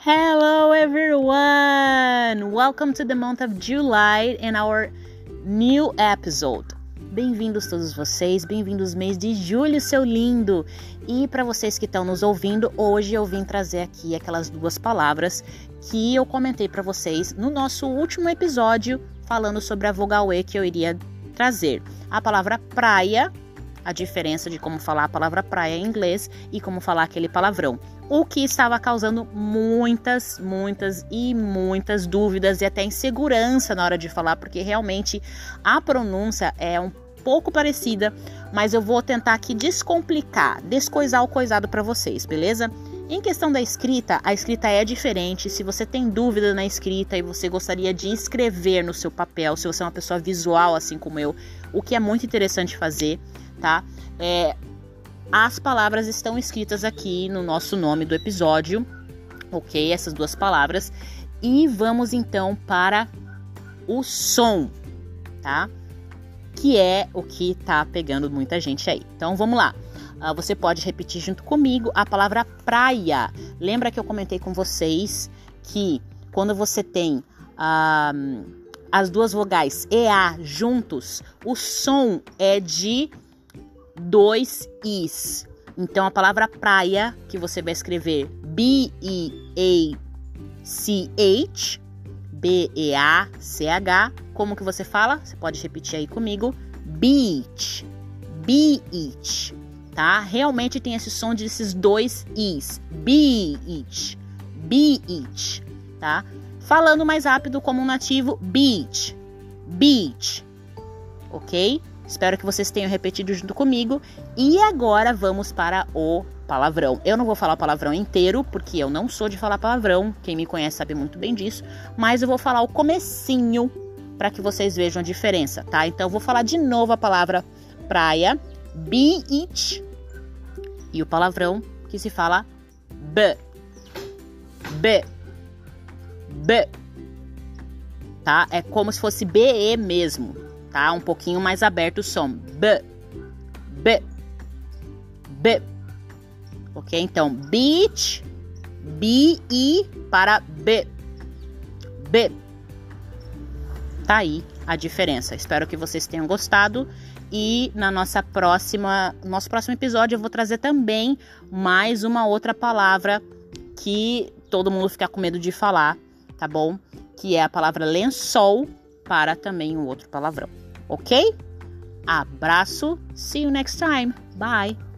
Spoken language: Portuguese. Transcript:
Hello everyone! Welcome to the month of July and our new episode. Bem-vindos todos vocês, bem-vindos mês de julho, seu lindo! E para vocês que estão nos ouvindo, hoje eu vim trazer aqui aquelas duas palavras que eu comentei para vocês no nosso último episódio, falando sobre a vogal E que eu iria trazer. A palavra praia, a diferença de como falar a palavra praia em inglês e como falar aquele palavrão. O que estava causando muitas dúvidas e até insegurança na hora de falar, porque realmente a pronúncia é um pouco parecida, mas eu vou tentar aqui descomplicar, descoisar o coisado para vocês, beleza? Em questão da escrita, a escrita é diferente. Se você tem dúvida na escrita e você gostaria de escrever no seu papel, se você é uma pessoa visual assim como eu, o que é muito interessante fazer, tá? As palavras estão escritas aqui no nosso nome do episódio, ok? Essas duas palavras. E vamos então para o som, tá? Que é o que tá pegando muita gente aí. Então vamos lá. Você pode repetir junto comigo a palavra praia. Lembra que eu comentei com vocês que quando você tem as duas vogais EA juntos, o som é de 2 Is. Então a palavra praia, que você vai escrever B-E-A-C-H, B-E-A-C-H, como que você fala? Você pode repetir aí comigo. Beach, beach, tá? Realmente tem esse som desses 2 Is. Beach, beach, tá? Falando mais rápido como um nativo, beach, beach, ok? Espero que vocês tenham repetido junto comigo. E agora vamos para o palavrão. Eu não vou falar o palavrão inteiro, porque eu não sou de falar palavrão. Quem me conhece sabe muito bem disso. Mas eu vou falar o comecinho para que vocês vejam a diferença, tá? Então eu vou falar de novo a palavra praia, beach. E o palavrão que se fala b. B. B. Tá? É como se fosse BE mesmo. Tá? Um pouquinho mais aberto o som. B, B, B. Ok? Então, beach, B-I para B. B. Tá aí a diferença. Espero que vocês tenham gostado. E no nosso próximo episódio eu vou trazer também mais uma outra palavra que todo mundo fica com medo de falar, tá bom? Que é a palavra lençol para também um outro palavrão. Ok? Abraço. See you next time. Bye.